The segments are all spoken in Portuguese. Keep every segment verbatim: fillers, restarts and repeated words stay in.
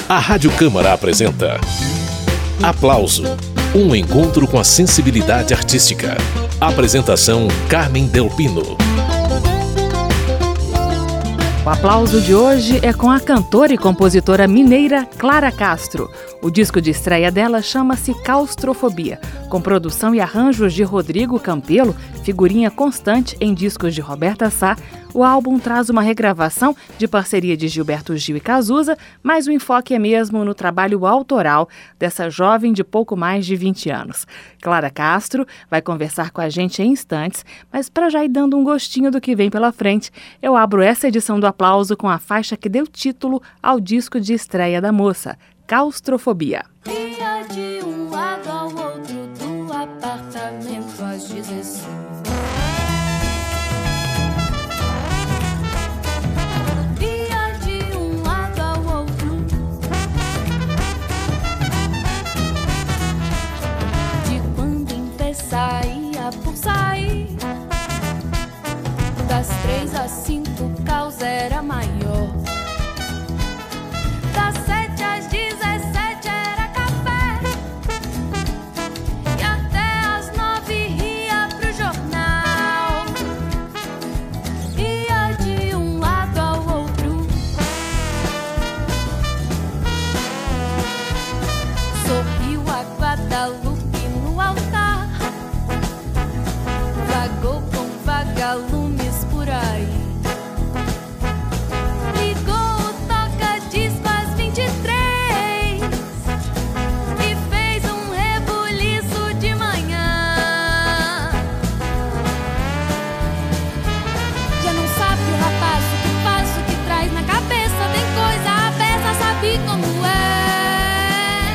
A Rádio Câmara apresenta Aplauso, um encontro com a sensibilidade artística. Apresentação Carmen Del Pino. O aplauso de hoje é com a cantora e compositora mineira Clara Castro. O disco de estreia dela chama-se Claustrofobia, com produção e arranjos de Rodrigo Campelo, figurinha constante em discos de Roberta Sá. O álbum traz uma regravação de parceria de Gilberto Gil e Cazuza, mas o enfoque é mesmo no trabalho autoral dessa jovem de pouco mais de vinte anos. Clara Castro vai conversar com a gente em instantes, mas para já ir dando um gostinho do que vem pela frente, eu abro essa edição do Aplauso com a faixa que deu título ao disco de estreia da moça, Claustrofobia. Ia de um lado ao outro do apartamento às dezesseis. Ia de um lado ao outro, de quando em pé saía por sair. Das três às cinco o caos era maior. Das sete às dezessete era café. E até às nove ria pro jornal. Ia de um lado ao outro. Sorriu a Guadalupe no altar. Vagou com vagalumes por aí. Como é,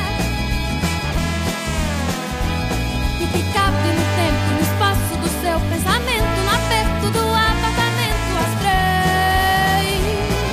e que cabe no tempo, no espaço do seu pensamento, no aperto do apartamento às três.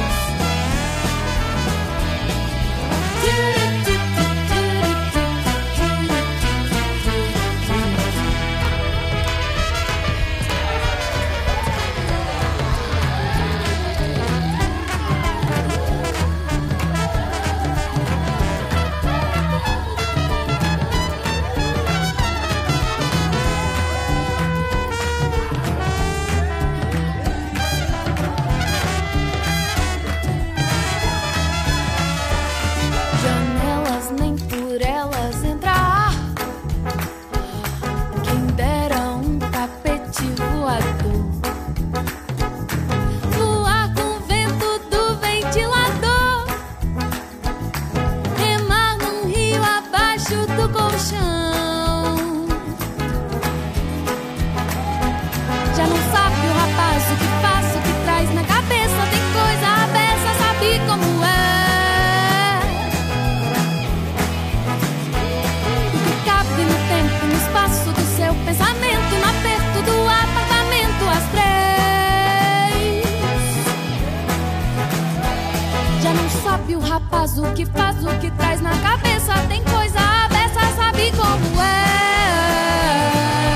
O rapaz, o que faz, o que traz na cabeça, tem coisa abessa, sabe como é.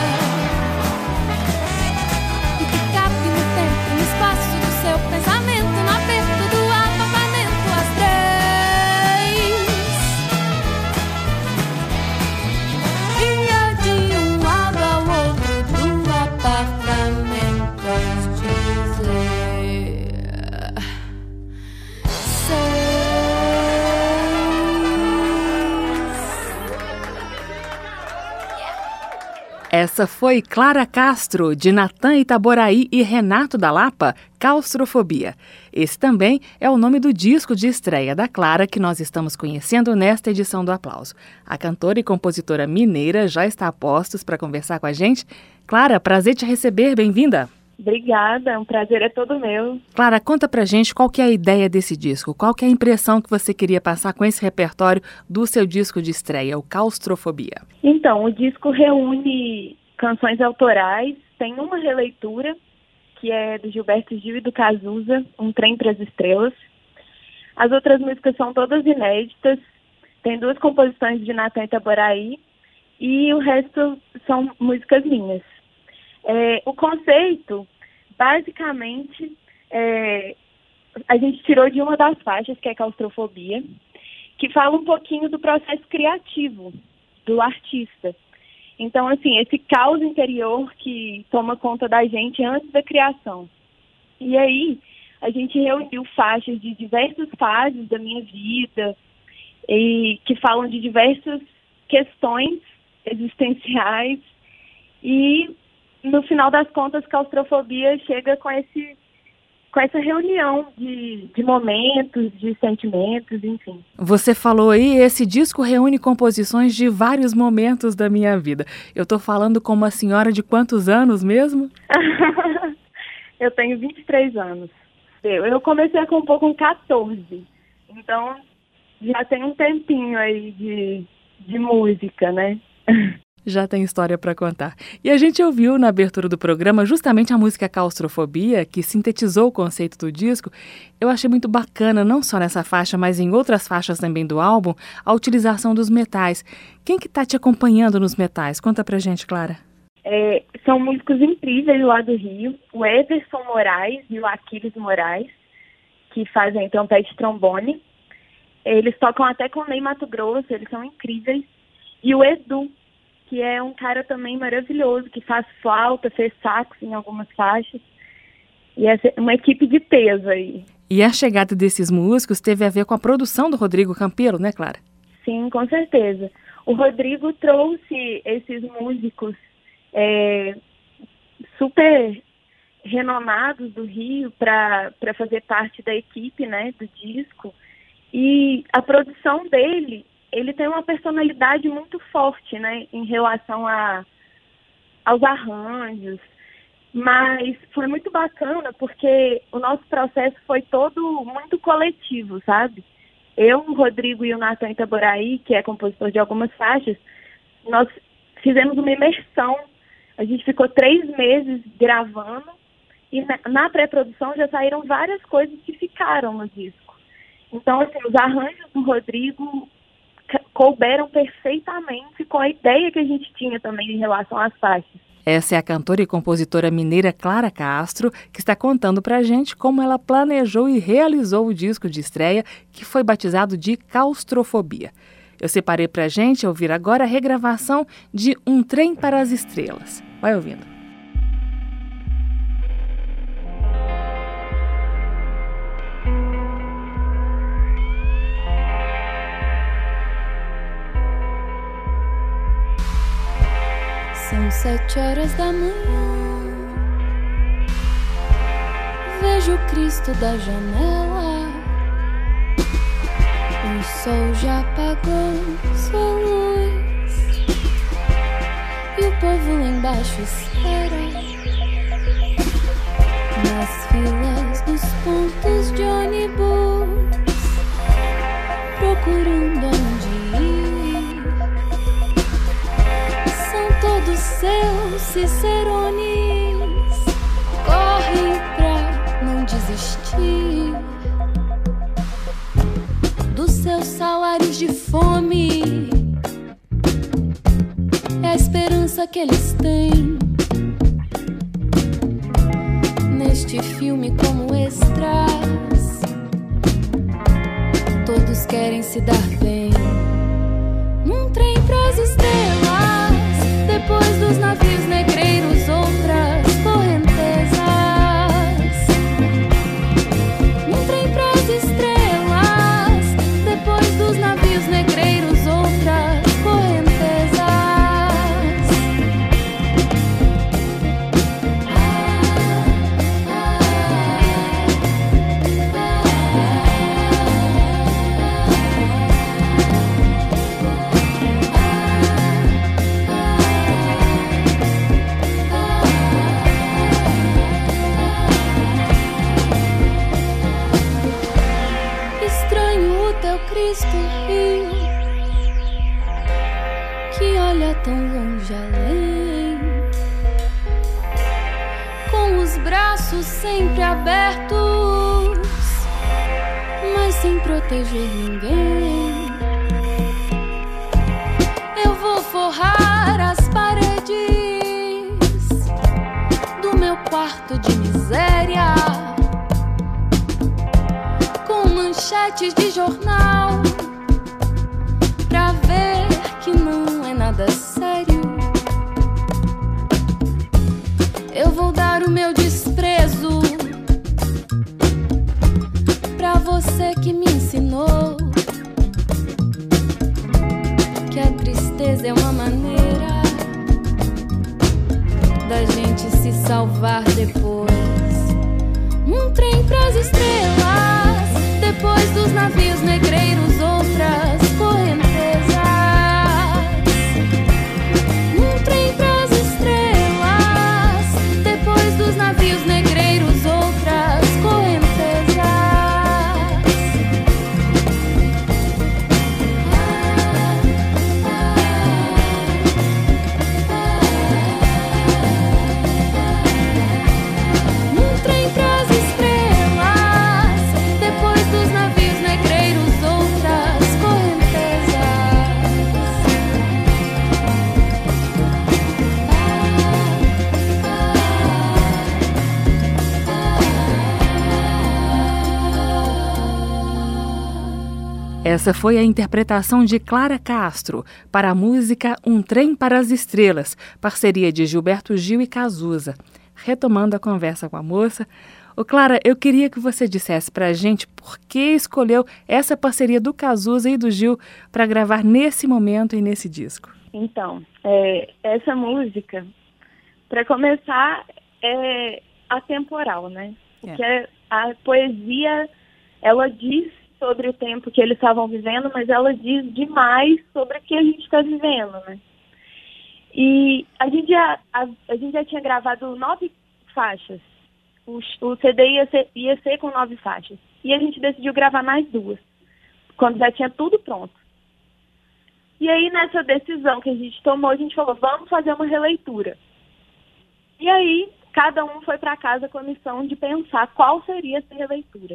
E que cabe no tempo, no espaço do seu pensamento, no aperto do apartamento às três. Ia de um lado ao outro do apartamento às dezesseis. Essa foi Clara Castro, de Natan Itaboraí e Renato da Lapa, Claustrofobia. Esse também é o nome do disco de estreia da Clara que nós estamos conhecendo nesta edição do Aplauso. A cantora e compositora mineira já está a postos para conversar com a gente. Clara, prazer te receber, bem-vinda. Obrigada, um prazer é todo meu. Clara, conta pra gente qual que é a ideia desse disco, qual que é a impressão que você queria passar com esse repertório do seu disco de estreia, o Claustrofobia. Então, o disco reúne canções autorais, tem uma releitura, que é do Gilberto Gil e do Cazuza, Um Trem para as Estrelas. As outras músicas são todas inéditas, tem duas composições de Natan Itaboraí e o resto são músicas minhas. É, o conceito, basicamente, é, a gente tirou de uma das faixas, que é Claustrofobia, que fala um pouquinho do processo criativo do artista. Então, assim, esse caos interior que toma conta da gente antes da criação. E aí, a gente reuniu faixas de diversas fases da minha vida, e que falam de diversas questões existenciais, e no final das contas, Claustrofobia chega com esse com essa reunião de, de momentos, de sentimentos, enfim. Você falou aí, esse disco reúne composições de vários momentos da minha vida. Eu tô falando com uma senhora de quantos anos mesmo? Eu tenho vinte e três anos. Eu, eu comecei a compor com quatorze, então já tem um tempinho aí de, de música, né? Já tem história para contar. E a gente ouviu na abertura do programa justamente a música Claustrofobia, que sintetizou o conceito do disco. Eu achei muito bacana, não só nessa faixa, mas em outras faixas também do álbum, a utilização dos metais. Quem que tá te acompanhando nos metais? Conta pra gente, Clara. É, são músicos incríveis lá do Rio, o Everson Moraes e o Aquiles Moraes, que fazem trompete e trombone. Eles tocam até com o Ney Mato Grosso, eles são incríveis. E o Edu, que é um cara também maravilhoso, que faz flauta, fez sax em algumas faixas. E é uma equipe de peso aí. E a chegada desses músicos teve a ver com a produção do Rodrigo Campelo, né, Clara? Sim, com certeza. O Rodrigo trouxe esses músicos é, super renomados do Rio para para fazer parte da equipe, né, do disco. E a produção dele, ele tem uma personalidade muito forte, né, em relação a, aos arranjos, mas foi muito bacana porque o nosso processo foi todo muito coletivo, sabe? Eu, o Rodrigo e o Nathan Itaboraí, que é compositor de algumas faixas, nós fizemos uma imersão. A gente ficou três meses gravando e na, na pré-produção já saíram várias coisas que ficaram no disco. Então, assim, os arranjos do Rodrigo couberam perfeitamente com a ideia que a gente tinha também em relação às faixas. Essa é a cantora e compositora mineira Clara Castro, que está contando pra gente como ela planejou e realizou o disco de estreia, que foi batizado de Claustrofobia. Eu separei pra gente ouvir agora a regravação de Um Trem para as Estrelas. Vai ouvindo. São sete horas da manhã, vejo o Cristo da janela. O sol já apagou sua luz e o povo lá embaixo espera nas filas dos pontos de ônibus, procurando onde ir. São todos seus cicerones, correm pra não desistir dos seus salários de fome. É a esperança que eles têm neste filme como extras. Todos querem se dar bem num trem pras estrelas. Depois dos navios negreiros, outras correntezas. Num trem pras estrelas. Depois dos navios negreiros, outras correntezas. Cristo Rio, que olha tão longe além, com os braços sempre abertos, mas sem proteger ninguém. Eu vou forrar as paredes do meu quarto de miséria com manchetes de jornal meu desprezo pra você que me ensinou que a tristeza é uma maneira da gente se salvar depois. Um trem pras estrelas, depois dos navios negreiros, outras correntezas. Um trem pras estrelas, depois dos navios negreiros, outras correntezas. Um trem pras estrelas, depois dos navios negreiros, outras correntezas. Essa foi a interpretação de Clara Castro para a música Um Trem para as Estrelas, parceria de Gilberto Gil e Cazuza. Retomando a conversa com a moça, ô Clara, eu queria que você dissesse para a gente por que escolheu essa parceria do Cazuza e do Gil para gravar nesse momento e nesse disco. Então, é, essa música, para começar, é atemporal, né? Porque a poesia, ela diz sobre o tempo que eles estavam vivendo, mas ela diz demais sobre o que a gente está vivendo, né? E a gente já, a, a gente já tinha gravado nove faixas. O, o C D ia ser, ia ser com nove faixas. E a gente decidiu gravar mais duas, quando já tinha tudo pronto. E aí, nessa decisão que a gente tomou, a gente falou, vamos fazer uma releitura. E aí, cada um foi para casa com a missão de pensar qual seria essa releitura.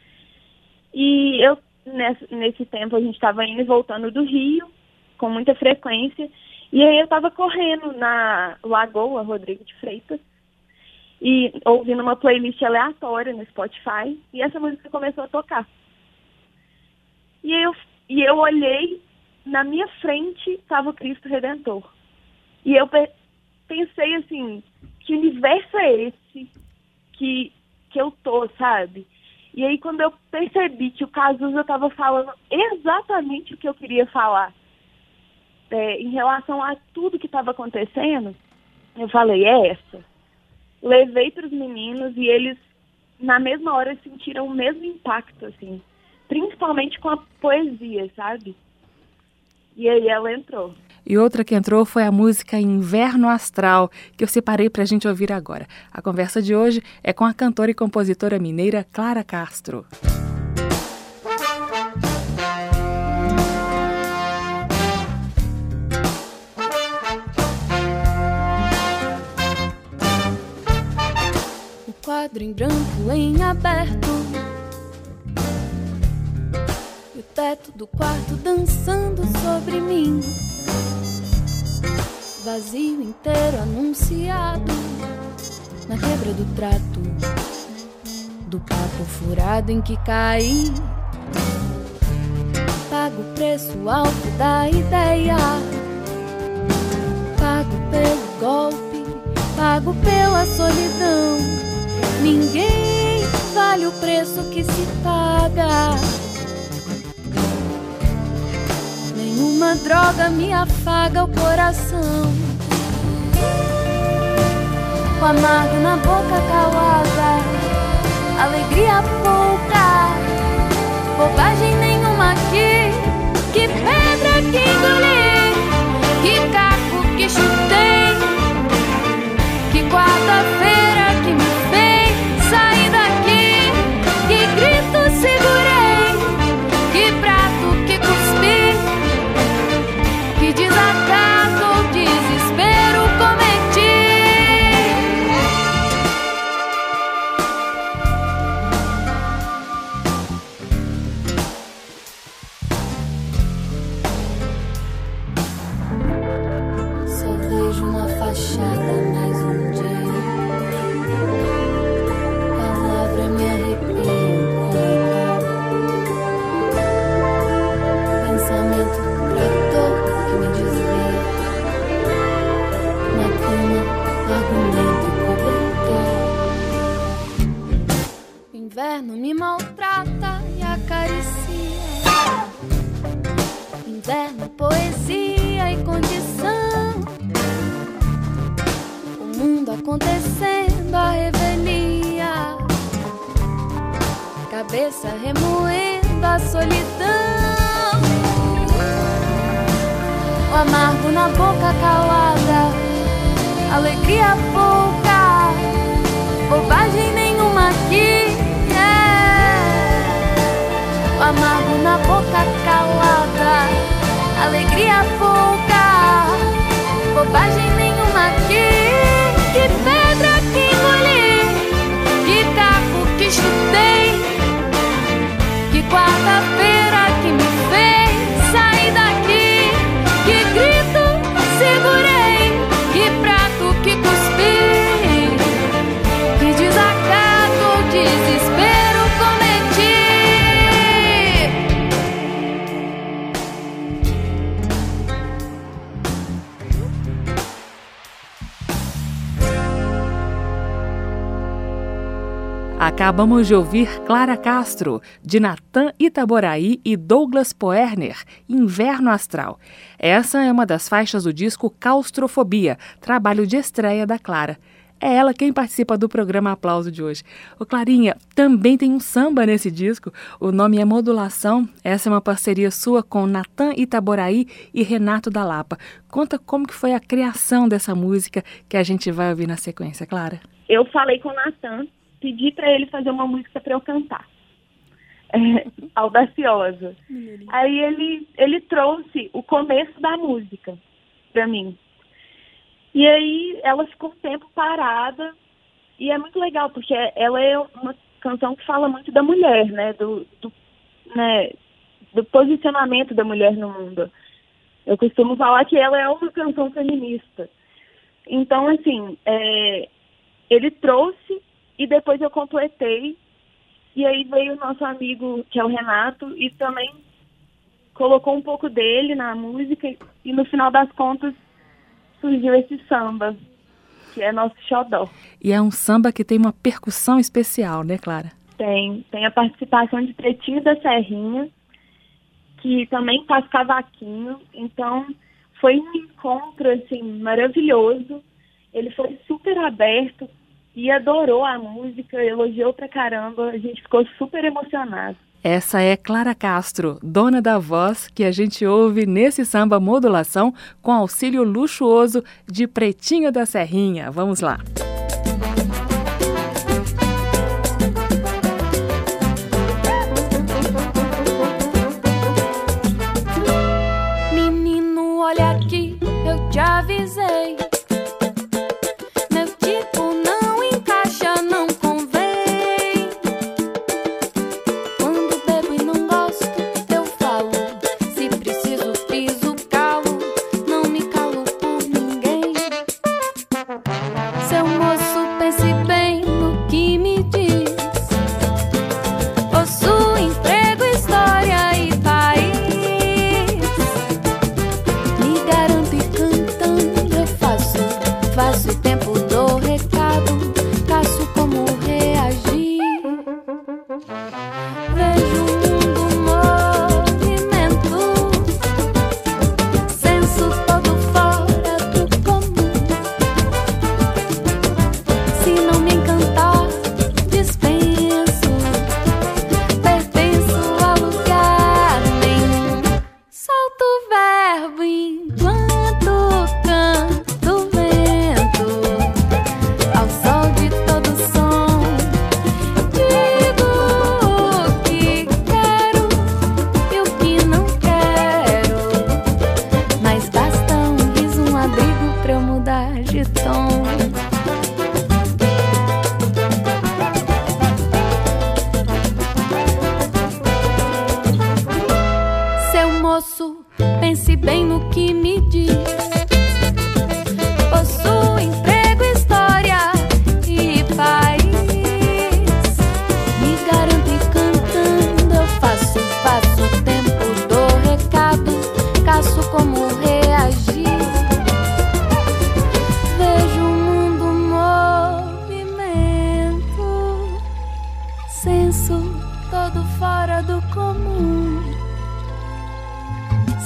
E eu, nesse, nesse tempo, a gente estava indo e voltando do Rio, com muita frequência, e aí eu estava correndo na Lagoa Rodrigo de Freitas, e ouvindo uma playlist aleatória no Spotify, e essa música começou a tocar. E eu, e eu olhei, na minha frente estava o Cristo Redentor. E eu pe- pensei assim, que universo é esse que, que eu tô, sabe? E aí, quando eu percebi que o Cazuza estava falando exatamente o que eu queria falar é, em relação a tudo que estava acontecendo, eu falei, é essa. Levei para os meninos e eles, na mesma hora, sentiram o mesmo impacto, assim. Principalmente com a poesia, sabe? E aí ela entrou. E outra que entrou foi a música Inverno Astral, que eu separei para a gente ouvir agora. A conversa de hoje é com a cantora e compositora mineira Clara Castro. O quadro em branco em aberto, e o teto do quarto dançando sobre mim. Vazio inteiro anunciado na quebra do trato, do papo furado em que caí. Pago o preço alto da ideia, pago pelo golpe, pago pela solidão. Ninguém vale o preço que se paga. Nenhuma droga me afaga o coração. O amargo na boca calada, alegria pouca, bobagem nenhuma aqui. Que pedra que engoli, que caco que chutei, que quarta-feira que me fez sair daqui. Que grito segurei, que prato que cuspi, que desacato ou desespero cometi. moderna, poesia e condição. O mundo acontecendo, a revelia, cabeça remoendo a solidão. O amargo na boca calada, alegria pouca, bobagem nenhuma aqui. O amargo na boca calada, alegria pouca, bobagem nenhuma aqui. Que pedra que engoli, que carro que chutei, que quarta-feira que me fez sair daqui. Que grito segurei, que prato que cuspi, que desacato, desespero cometi. Acabamos de ouvir Clara Castro, de Natan Itaboraí e Douglas Poerner, Inverno Astral. Essa é uma das faixas do disco Claustrofobia, trabalho de estreia da Clara. É ela quem participa do programa Aplauso de hoje. Ô Clarinha, também tem um samba nesse disco, o nome é Modulação. Essa é uma parceria sua com Natan Itaboraí e Renato da Lapa. Conta como que foi a criação dessa música que a gente vai ouvir na sequência, Clara. Eu falei com o Natan, pedi para ele fazer uma música para eu cantar, é, audaciosa. Aí ele, ele trouxe o começo da música para mim. E aí ela ficou um tempo parada, e é muito legal, porque ela é uma canção que fala muito da mulher, né, do, do, né, do posicionamento da mulher no mundo. Eu costumo falar que ela é uma canção feminista. Então, assim, é, ele trouxe, e depois eu completei, e aí veio o nosso amigo, que é o Renato, e também colocou um pouco dele na música, e no final das contas surgiu esse samba, que é nosso xodó. E é um samba que tem uma percussão especial, né, Clara? Tem, tem a participação de Pretinho da Serrinha, que também faz cavaquinho, então foi um encontro, assim, maravilhoso. Ele foi super aberto, e adorou a música, elogiou pra caramba, a gente ficou super emocionado. Essa é Clara Castro, dona da voz, que a gente ouve nesse samba Modulação com auxílio luxuoso de Pretinho da Serrinha. Vamos lá. Menino, olha aqui, eu te avisei.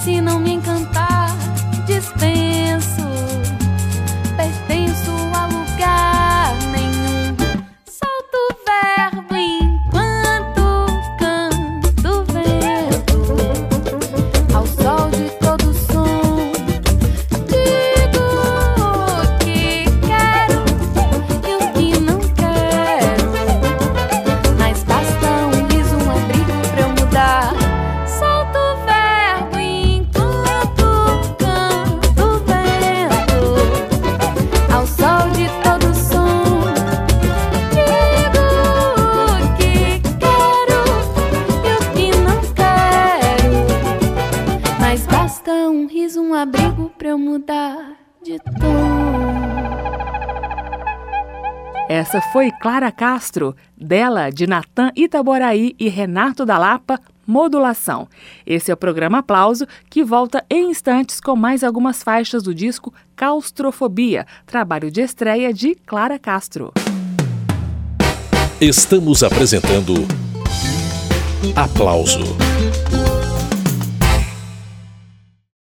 Se não me encantar, dispenso. Pertenço a lugar nenhum. Solto o verbo enquanto canto o vento. Ao sol de todo som, digo o que quero e o que não quero. Mas basta um riso, um abrigo pra eu mudar. Solto o verbo enquanto canto o vento. Ao sol de todo som, digo o que quero e o que não quero. Mas basta um riso, um abrigo pra eu mudar de tom. Essa foi Clara Castro, dela, de Natan Itaboraí e Renato da Lapa, Modulação. Esse é o programa Aplauso, que volta em instantes com mais algumas faixas do disco Claustrofobia, trabalho de estreia de Clara Castro. Estamos apresentando Aplauso.